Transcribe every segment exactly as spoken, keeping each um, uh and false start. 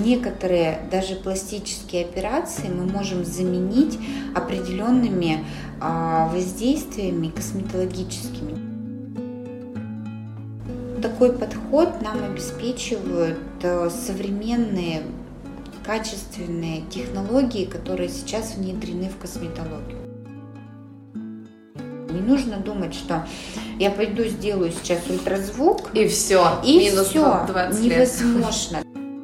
Некоторые даже пластические операции мы можем заменить определенными воздействиями косметологическими. Такой подход нам обеспечивают современные качественные технологии, которые сейчас внедрены в косметологию. Не нужно думать, что я пойду сделаю сейчас ультразвук и все, и минус все невозможно.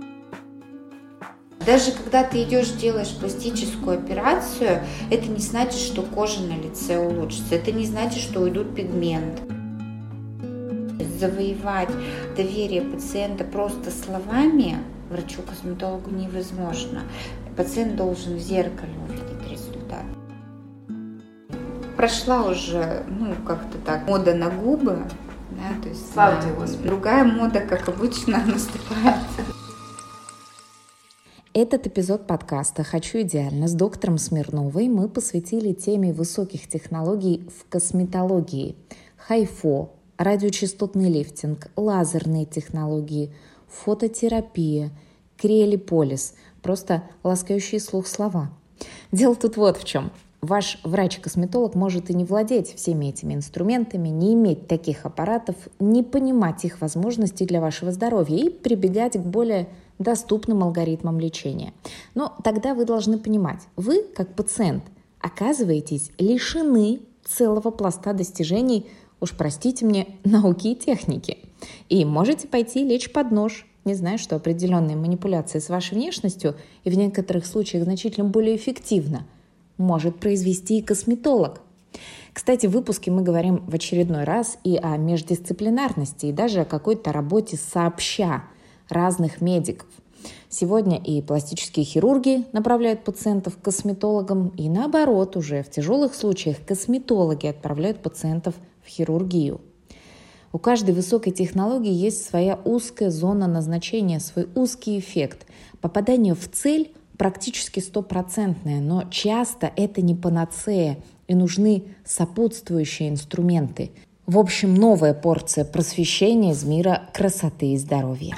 Даже когда ты идешь делаешь пластическую операцию, это не значит, что кожа на лице улучшится, это не значит, что уйдут пигменты. Завоевать доверие пациента просто словами врачу-косметологу невозможно. Пациент должен в зеркале увидеть результат. Прошла уже, ну, как-то так, мода на губы, да, то есть Слава тебе, Господи. Другая мода, как обычно, наступает. Этот эпизод подкаста «Хочу идеально» с доктором Смирновой мы посвятили теме высоких технологий в косметологии. Хайфо, радиочастотный лифтинг, лазерные технологии, фототерапия, криолиполиз, просто ласкающие слух слова. Дело тут вот в чем. Ваш врач-косметолог может и не владеть всеми этими инструментами, не иметь таких аппаратов, не понимать их возможностей для вашего здоровья и прибегать к более доступным алгоритмам лечения. Но тогда вы должны понимать, вы, как пациент, оказываетесь лишены целого пласта достижений, уж простите мне, науки и техники. И можете пойти лечь под нож, не зная, что определенные манипуляции с вашей внешностью и в некоторых случаях значительно более эффективно может произвести и косметолог. Кстати, в выпуске мы говорим в очередной раз и о междисциплинарности, и даже о какой-то работе сообща разных медиков. Сегодня и пластические хирурги направляют пациентов к косметологам, и наоборот, уже в тяжелых случаях косметологи отправляют пациентов в хирургию. У каждой высокой технологии есть своя узкая зона назначения, свой узкий эффект. Попадание в цель практически стопроцентное, но часто это не панацея, и нужны сопутствующие инструменты. В общем, новая порция просвещения из мира красоты и здоровья.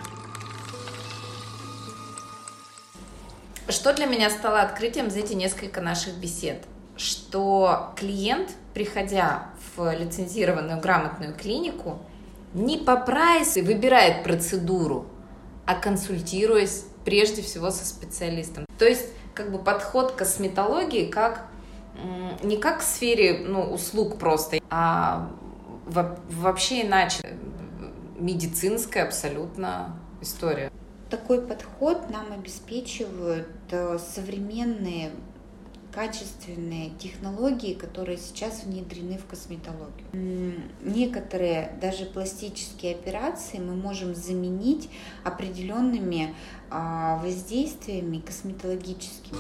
Что для меня стало открытием за эти несколько наших бесед? Что клиент, приходя в лицензированную грамотную клинику, не по прайсу выбирает процедуру, а консультируясь прежде всего со специалистом. То есть как бы подход к косметологии как, не как в сфере ну, услуг просто, а вообще иначе. Медицинская абсолютно история. Такой подход нам обеспечивают современные качественные технологии, которые сейчас внедрены в косметологию. Некоторые даже пластические операции мы можем заменить определенными воздействиями косметологическими.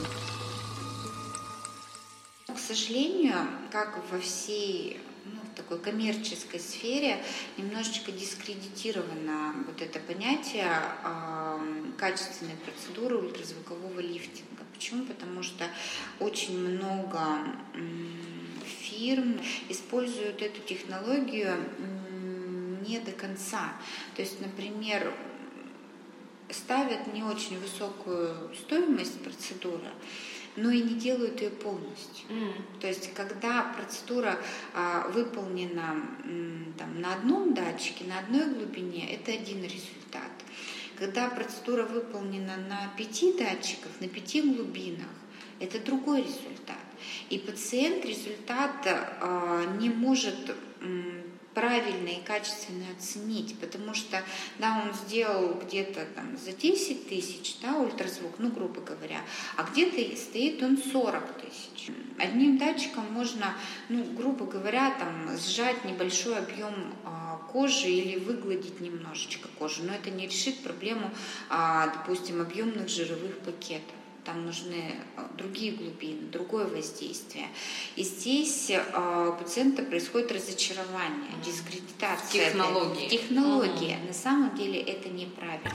К сожалению, как во всей ну, в такой коммерческой сфере, немножечко дискредитировано вот это понятие э, качественной процедуры ультразвукового лифтинга. Почему? Потому что очень много э, фирм используют эту технологию э, не до конца. То есть, например, ставят не очень высокую стоимость процедуры, но и не делают ее полностью. Mm. То есть, когда процедура а, выполнена м, там, на одном датчике, на одной глубине, это один результат. Когда процедура выполнена на пяти датчиках, на пяти глубинах, это другой результат. И пациент результат а, не может м, правильно и качественно оценить, потому что, да, он сделал где-то там за десять тысяч, да, ультразвук, ну, грубо говоря, а где-то стоит он сорок тысяч. Одним датчиком можно, ну, грубо говоря, там, сжать небольшой объем а, кожи или выгладить немножечко кожу, но это не решит проблему, а, допустим, объемных жировых пакетов. Там нужны другие глубины, другое воздействие. И здесь э, у пациента происходит разочарование, дискредитация. Технологии. Технология. Mm-hmm. На самом деле это неправильно.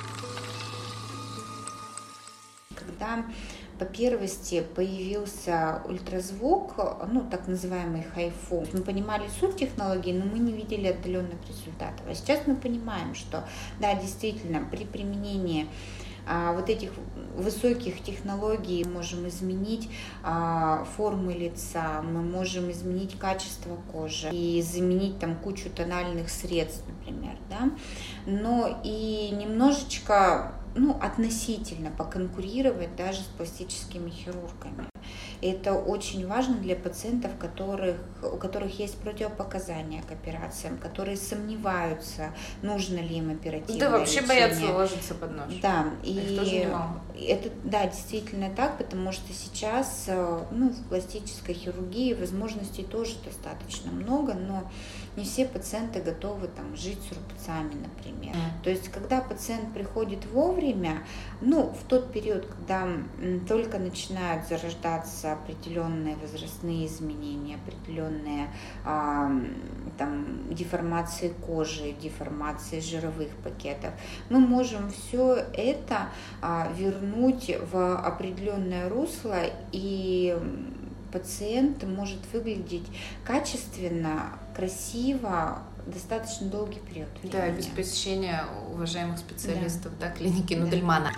Когда по первости появился ультразвук, ну, так называемый хайфу, мы понимали суть технологии, но мы не видели отдаленных результатов. А сейчас мы понимаем, что, да, действительно, при применении а, вот этих высоких технологий мы можем изменить а, формы лица, мы можем изменить качество кожи и заменить там кучу тональных средств, например, да, но и немножечко, ну, относительно поконкурировать даже с пластическими хирургами. Это очень важно для пациентов, которых, у которых есть противопоказания к операциям, которые сомневаются, нужно ли им оперативное Да, вообще лечение. боятся ложиться под нож. Да, и это, да, действительно так, потому что сейчас, ну, в пластической хирургии возможностей тоже достаточно много, но не все пациенты готовы там жить с рубцами, например. Mm. То есть, когда пациент приходит вовремя, ну, в тот период, когда только начинают зарождаться определенные возрастные изменения, определенные а, там, деформации кожи, деформации жировых пакетов, мы можем все это а, вернуть в определенное русло, и пациент может выглядеть качественно, красиво, достаточно долгий период времени. Да, без посещения уважаемых специалистов, да, да клиники Нудельмана.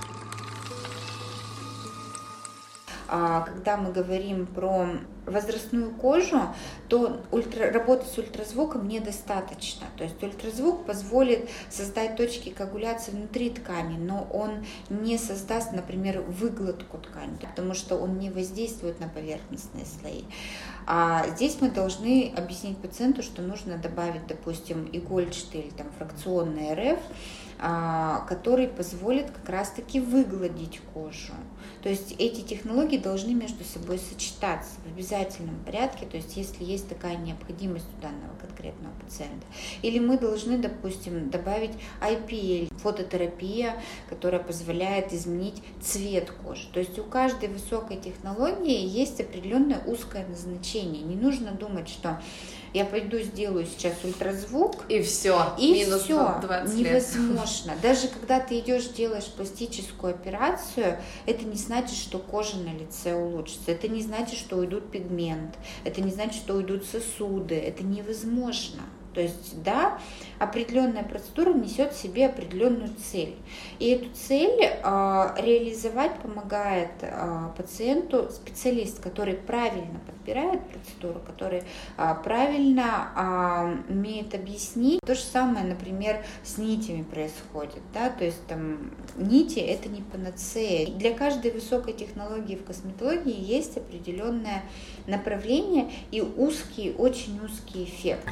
Когда мы говорим про возрастную кожу, то ультра, работы с ультразвуком недостаточно. То есть ультразвук позволит создать точки коагуляции внутри ткани, но он не создаст, например, выгладку ткани, потому что он не воздействует на поверхностные слои. А здесь мы должны объяснить пациенту, что нужно добавить, допустим, игольчатый или там фракционный эр эф, который позволит как раз-таки выгладить кожу. То есть эти технологии должны между собой сочетаться в обязательном порядке, то есть если есть такая необходимость у данного конкретного пациента. Или мы должны, допустим, добавить ай пи эл, фототерапия, которая позволяет изменить цвет кожи. То есть у каждой высокой технологии есть определенное узкое назначение. Не нужно думать, что я пойду сделаю сейчас ультразвук, и все, и минус все, двадцать лет. Невозможно. Даже когда ты идешь, делаешь пластическую операцию, это не значит, что кожа на лице улучшится, это не значит, что уйдут пигмент, это не значит, что уйдут сосуды, это невозможно. То есть, да, определенная процедура несет в себе определенную цель. И эту цель э, реализовать помогает э, пациенту специалист, который правильно подбирает процедуру, который э, правильно э, умеет объяснить. То же самое, например, с нитями происходит. Да? То есть там, нити – это не панацея. Для каждой высокой технологии в косметологии есть определенное направление и узкий, очень узкий эффект.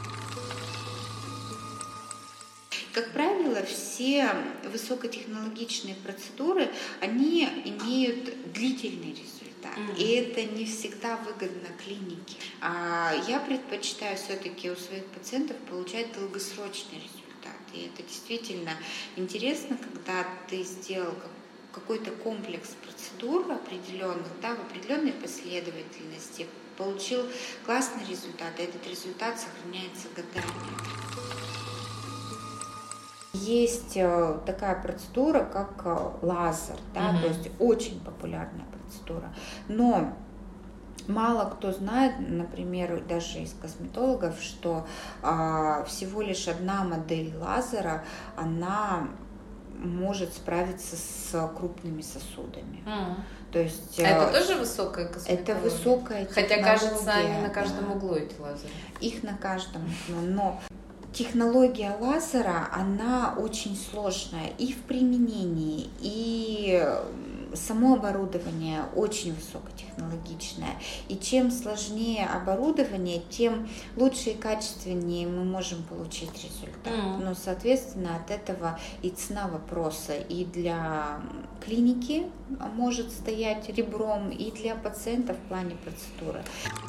Как правило, все высокотехнологичные процедуры, они имеют длительный результат, mm-hmm. и это не всегда выгодно клинике. А я предпочитаю все-таки у своих пациентов получать долгосрочный результат, и это действительно интересно, когда ты сделал какой-то комплекс процедур определенных, да, в определенной последовательности, получил классный результат, и этот результат сохраняется годами. Есть такая процедура, как лазер, да, mm-hmm. то есть очень популярная процедура, но мало кто знает, например, даже из косметологов, что а, всего лишь одна модель лазера, она может справиться с крупными сосудами. Mm. То есть, это тоже высокая косметология? Это высокая технология. Хотя, кажется, они на каждом углу, эти лазеры. Их на каждом углу, но технология лазера, она очень сложная и в применении, и само оборудование очень высокотехнологичное. И чем сложнее оборудование, тем лучше и качественнее мы можем получить результат. Mm. Но, соответственно, от этого и цена вопроса и для клиники может стоять ребром, и для пациента в плане процедуры.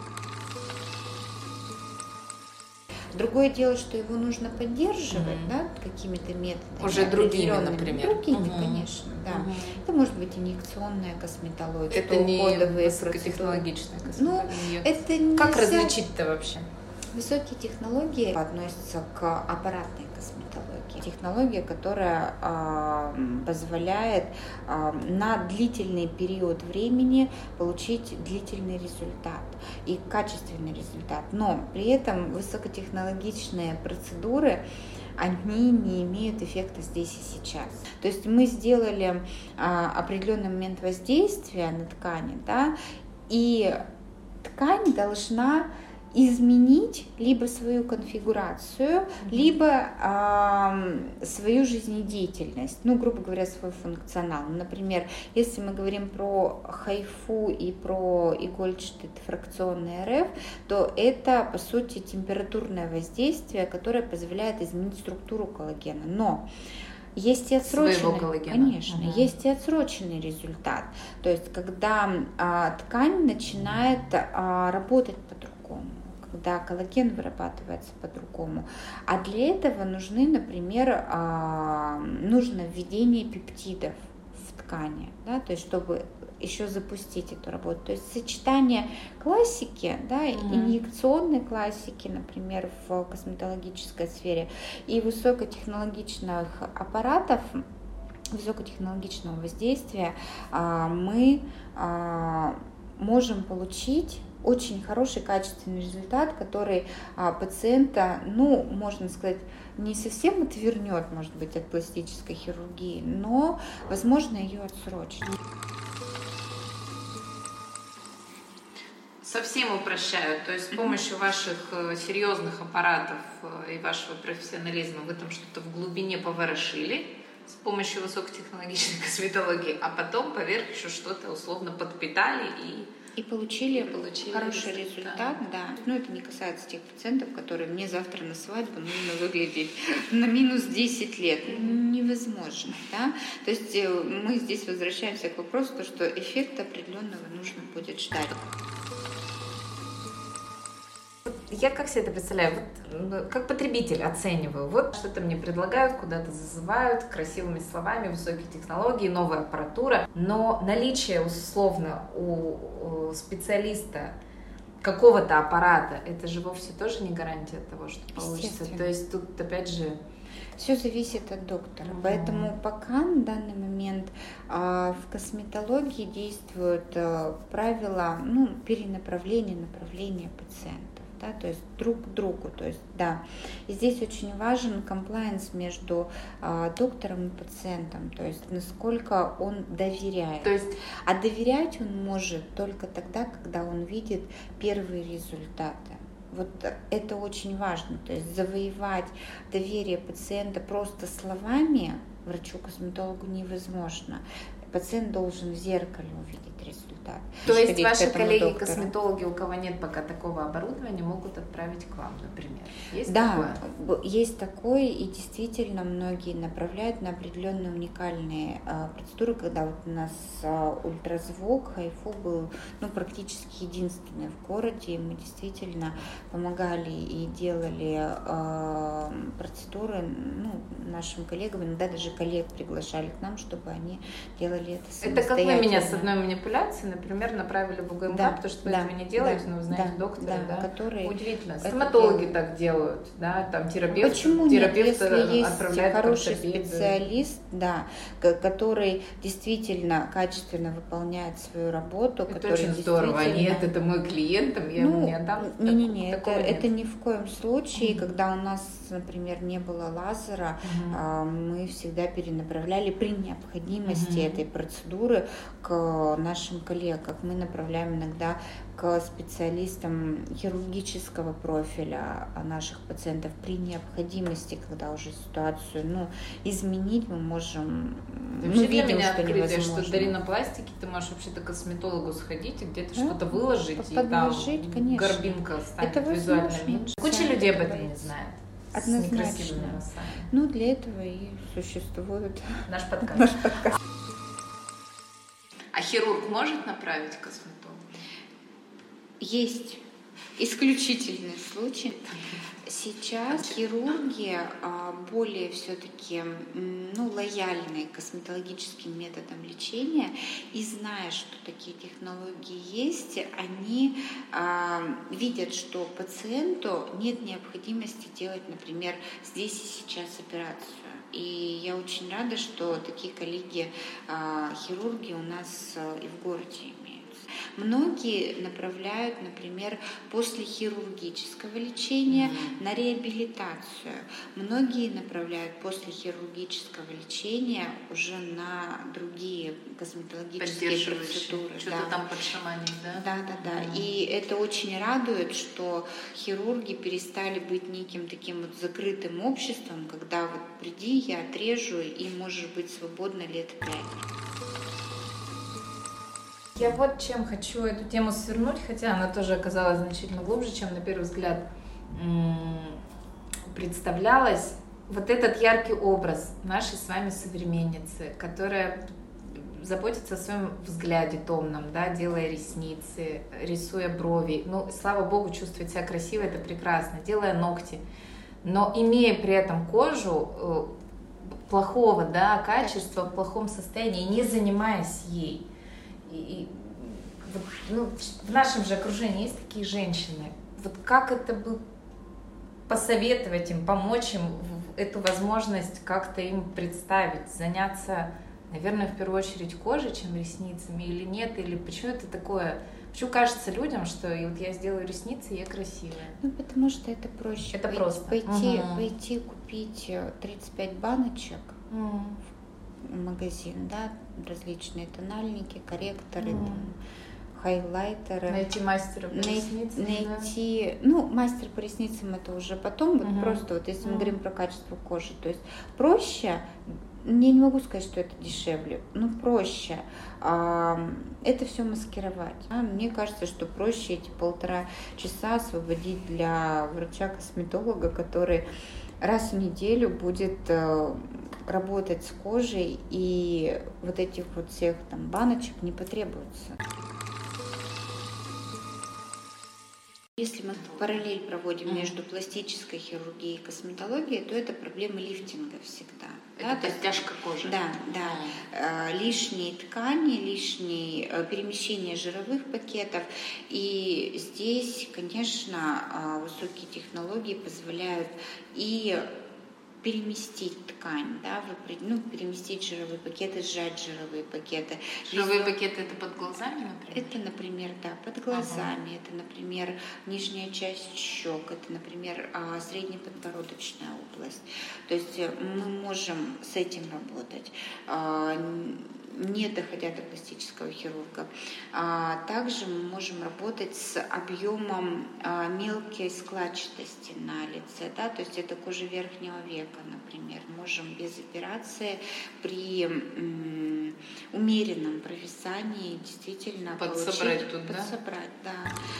Другое дело, что его нужно поддерживать, mm-hmm. да, какими-то методами. Уже другими, например. Другими, mm-hmm. конечно, да. Mm-hmm. Это может быть инъекционная косметология, это не высокотехнологичная косметология. Ну, это не как вся... различить-то вообще? Высокие технологии относятся к аппаратной косметологии. Технология, которая э, позволяет э, на длительный период времени получить длительный результат и качественный результат. Но при этом высокотехнологичные процедуры они не имеют эффекта здесь и сейчас. То есть мы сделали а, определенный момент воздействия на ткани, да, и ткань должна изменить либо свою конфигурацию, mm-hmm. либо э, свою жизнедеятельность, ну, грубо говоря, свой функционал. Например, если мы говорим про хайфу и про игольчатый фракционный эр эф, то это, по сути, температурное воздействие, которое позволяет изменить структуру коллагена. Но есть и отсроченный, конечно, угу. есть и отсроченный результат. То есть, когда а, ткань начинает а, работать по-другому, когда коллаген вырабатывается по-другому. А для этого нужны, например, а, нужно введение пептидов в ткани, да, то есть, чтобы еще запустить эту работу. То есть сочетание классики, да, mm-hmm. инъекционной классики, например, в косметологической сфере, и высокотехнологичных аппаратов, высокотехнологичного воздействия мы можем получить очень хороший качественный результат, который пациента, ну, можно сказать, не совсем отвернет, может быть, от пластической хирургии, но, возможно, ее отсрочит. Совсем упрощают, то есть с помощью ваших серьезных аппаратов и вашего профессионализма вы там что-то в глубине поворошили с помощью высокотехнологичной косметологии, а потом поверх еще что-то условно подпитали и И получили, и получили хороший результат, результат, да. Но это не касается тех пациентов, которые мне завтра на свадьбу нужно выглядеть на минус десять лет. Невозможно, да. То есть мы здесь возвращаемся к вопросу, что эффекта определенного нужно будет ждать. Я как себе это представляю, вот, как потребитель оцениваю, вот что-то мне предлагают, куда-то зазывают красивыми словами, высокие технологии, новая аппаратура, но наличие условно у, у специалиста какого-то аппарата, это же вовсе тоже не гарантия того, что получится. То есть тут опять же... Все зависит от доктора, mm-hmm. поэтому пока на данный момент а, в косметологии действуют а, правила, ну, перенаправления, направления пациента. Да, то есть друг к другу, то есть да. И здесь очень важен комплаенс между а, доктором и пациентом, то есть насколько он доверяет. То есть... А доверять он может только тогда, когда он видит первые результаты. Вот это очень важно, то есть завоевать доверие пациента просто словами врачу-косметологу невозможно. Пациент должен в зеркале увидеть результат. То есть ваши коллеги-косметологи, у кого нет пока такого оборудования, могут отправить к вам, например? Есть да, такое? есть такое, и действительно многие направляют на определенные уникальные а, процедуры, когда вот у нас а, ультразвук, хайфу был ну, практически единственный в городе, и мы действительно помогали и делали а, процедуры ну, нашим коллегам, иногда даже коллег приглашали к нам, чтобы они делали это самостоятельно. Это как вы меня с одной манипуляцией, например, направили в УГМК, да, потому что да, вы этого не делаете, да, но вы знаете да, доктора, да, да, которые удивительно. Стоматологи делают. Так делают, да, там терапевт, Почему терапевт нет, если есть отправляет хороший ортопеда. специалист, да, который действительно качественно выполняет свою работу, это который очень здорово. Нет, это мой клиент, я ну, ему не отдам. Не, не, не, это, нет. это ни в коем случае, mm-hmm. когда у нас, например, не было лазера, mm-hmm. мы всегда перенаправляли при необходимости mm-hmm. этой процедуры к нашим коллегам. Мы направляем иногда к специалистам хирургического профиля наших пациентов при необходимости, когда уже ситуацию ну, изменить мы можем. Вообще мы для видим, меня что открытие, невозможно. что до ринопластики ты можешь вообще к косметологу сходить и где-то да? что-то выложить, подложить, и там конечно. горбинка станет это визуально меньше. Куча людей об этом говорится. Не знает. Однозначно. Ну, для этого и существует наш подкаст. Наш подкаст. А хирург может направить к косметологу? Есть исключительные случаи. Сейчас хирурги более все-таки ну, лояльны к косметологическим методам лечения, и зная, что такие технологии есть, они а, видят, что пациенту нет необходимости делать, например, здесь и сейчас операцию. И я очень рада, что такие коллеги-хирурги у нас и в городе имеются. Многие направляют, например, после хирургического лечения mm-hmm. на реабилитацию. Многие направляют после хирургического лечения уже на другие косметологические процедуры. Что-то да. там подшивание, да? Да, да, да. Mm-hmm. И это очень радует, что хирурги перестали быть неким таким вот закрытым обществом, когда вот приди, я отрежу, и можешь быть свободна лет пять. Я вот чем хочу эту тему свернуть, хотя она тоже оказалась значительно глубже, чем на первый взгляд представлялась. Вот этот яркий образ нашей с вами современницы, которая заботится о своем взгляде томном, да, делая ресницы, рисуя брови. Ну, слава богу, чувствовать себя красиво, это прекрасно, делая ногти. Но имея при этом кожу плохого, да, качества, в плохом состоянии, не занимаясь ей. И, и вот, ну, в нашем же окружении есть такие женщины. Вот как это бы посоветовать им, помочь им эту возможность как-то им представить, заняться, наверное, в первую очередь кожей, чем ресницами, или нет, или почему это такое? Почему кажется людям, что и вот я сделаю ресницы, и я красивая? Ну, потому что это проще. Это пойти, просто. Пойти, угу. пойти купить тридцать пять баночек угу. в магазин, да, различные тональники, корректоры, угу. там, хайлайтеры. Найти мастера по ресницам. Найти, да? Ну, мастер по ресницам это уже потом, вот угу. просто вот если угу. мы говорим про качество кожи, то есть проще. Я не могу сказать, что это дешевле, но проще а, это все маскировать. А, мне кажется, что проще эти полтора часа освободить для врача-косметолога, который раз в неделю будет а, работать с кожей, и вот этих вот всех там баночек не потребуется. Если мы параллель проводим mm. между пластической хирургией и косметологией, то это проблема лифтинга всегда. Это да? Подтяжка кожи. Да, да. Mm. Лишние ткани, лишние перемещение жировых пакетов. И здесь, конечно, высокие технологии позволяют и переместить ткань, да, ну, переместить жировые пакеты, сжать жировые пакеты. Жировые пакеты это под глазами, например? Это, например, да, под глазами, ага. это, например, нижняя часть щек, это, например, среднеподбородочная область. То есть мы можем с этим работать, не доходя до пластического хирурга. Также мы можем работать с объемом мелкой складчатости на лице, да, то есть это кожа верхнего века, например. Можем без операции при м, умеренном провисании действительно подсобрать получить, тут, подсобрать, да?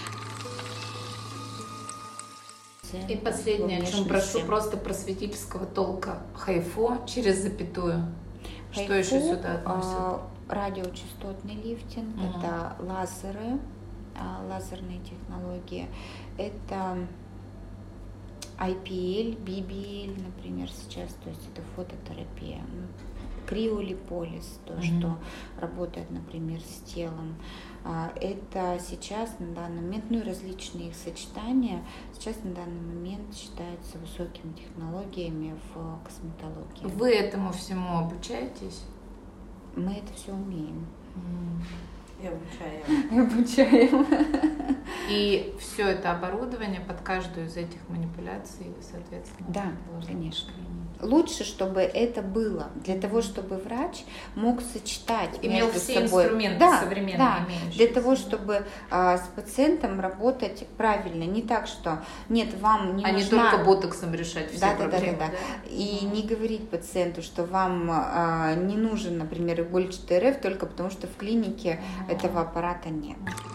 да. И последнее, о чем прошу, просто просветительского толка. Хайфо через запятую. Что Хайфу, еще сюда относят? А, радиочастотный лифтинг, угу. это лазеры, а, лазерные технологии, это ай пи эл, би би эл, например, сейчас, то есть это фототерапия, криолиполиз, то, угу. что работает, например, с телом. Это сейчас на данный момент, ну и различные их сочетания, сейчас на данный момент считаются высокими технологиями в косметологии. Вы этому всему обучаетесь? Мы это все умеем. И обучаем. И обучаем. И все это оборудование под каждую из этих манипуляций, соответственно, да, конечно. Лучше, чтобы это было, для того, чтобы врач мог сочетать имел между все собой. инструменты да, современные, да, имеющиеся. Для того, чтобы а, с пациентом работать правильно, не так, что нет, вам не а нужна... не только ботоксом решать все да, проблемы. Да, да, да, да. И не говорить пациенту, что вам а, не нужен, например, игольчатый эр эф только потому, что в клинике ага. этого аппарата нет.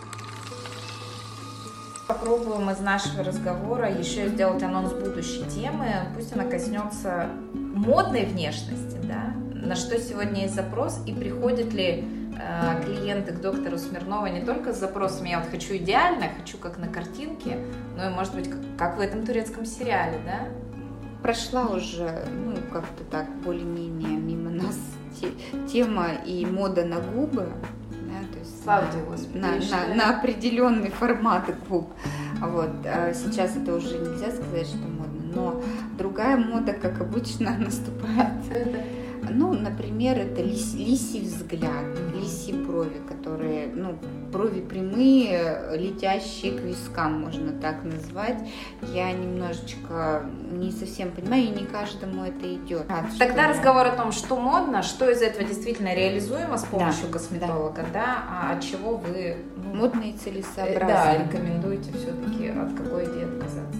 Попробуем из нашего разговора еще сделать анонс будущей темы. Пусть она коснется модной внешности, да? На что сегодня есть запрос, и приходят ли э, клиенты к доктору Смирновой не только с запросом «я вот хочу идеально, хочу как на картинке», но и, может быть, как, как в этом турецком сериале, да? Прошла уже, ну, как-то так, более-менее мимо нас те, тема и мода на губы. Слава тебе, Господи, на, на, на определенный формат губ. Вот. Сейчас это уже нельзя сказать, что модно, но другая мода, как обычно, наступает. ну, например, это лис, лисий взгляд, лисьи брови, которые, ну, брови прямые, летящие к вискам, можно так назвать. Я немножечко не совсем понимаю, и не каждому это идет. А, Тогда что... разговор о том, что модно, что из этого действительно реализуемо с помощью да, косметолога, да, да, а от чего вы... Ну, модно и целесообразно. Да, рекомендуете все-таки от какой идеи отказаться.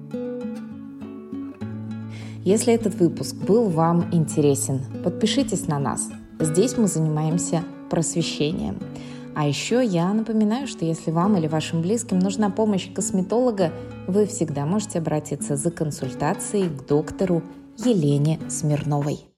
Если этот выпуск был вам интересен, подпишитесь на нас. Здесь мы занимаемся просвещением. А еще я напоминаю, что если вам или вашим близким нужна помощь косметолога, вы всегда можете обратиться за консультацией к доктору Елене Смирновой.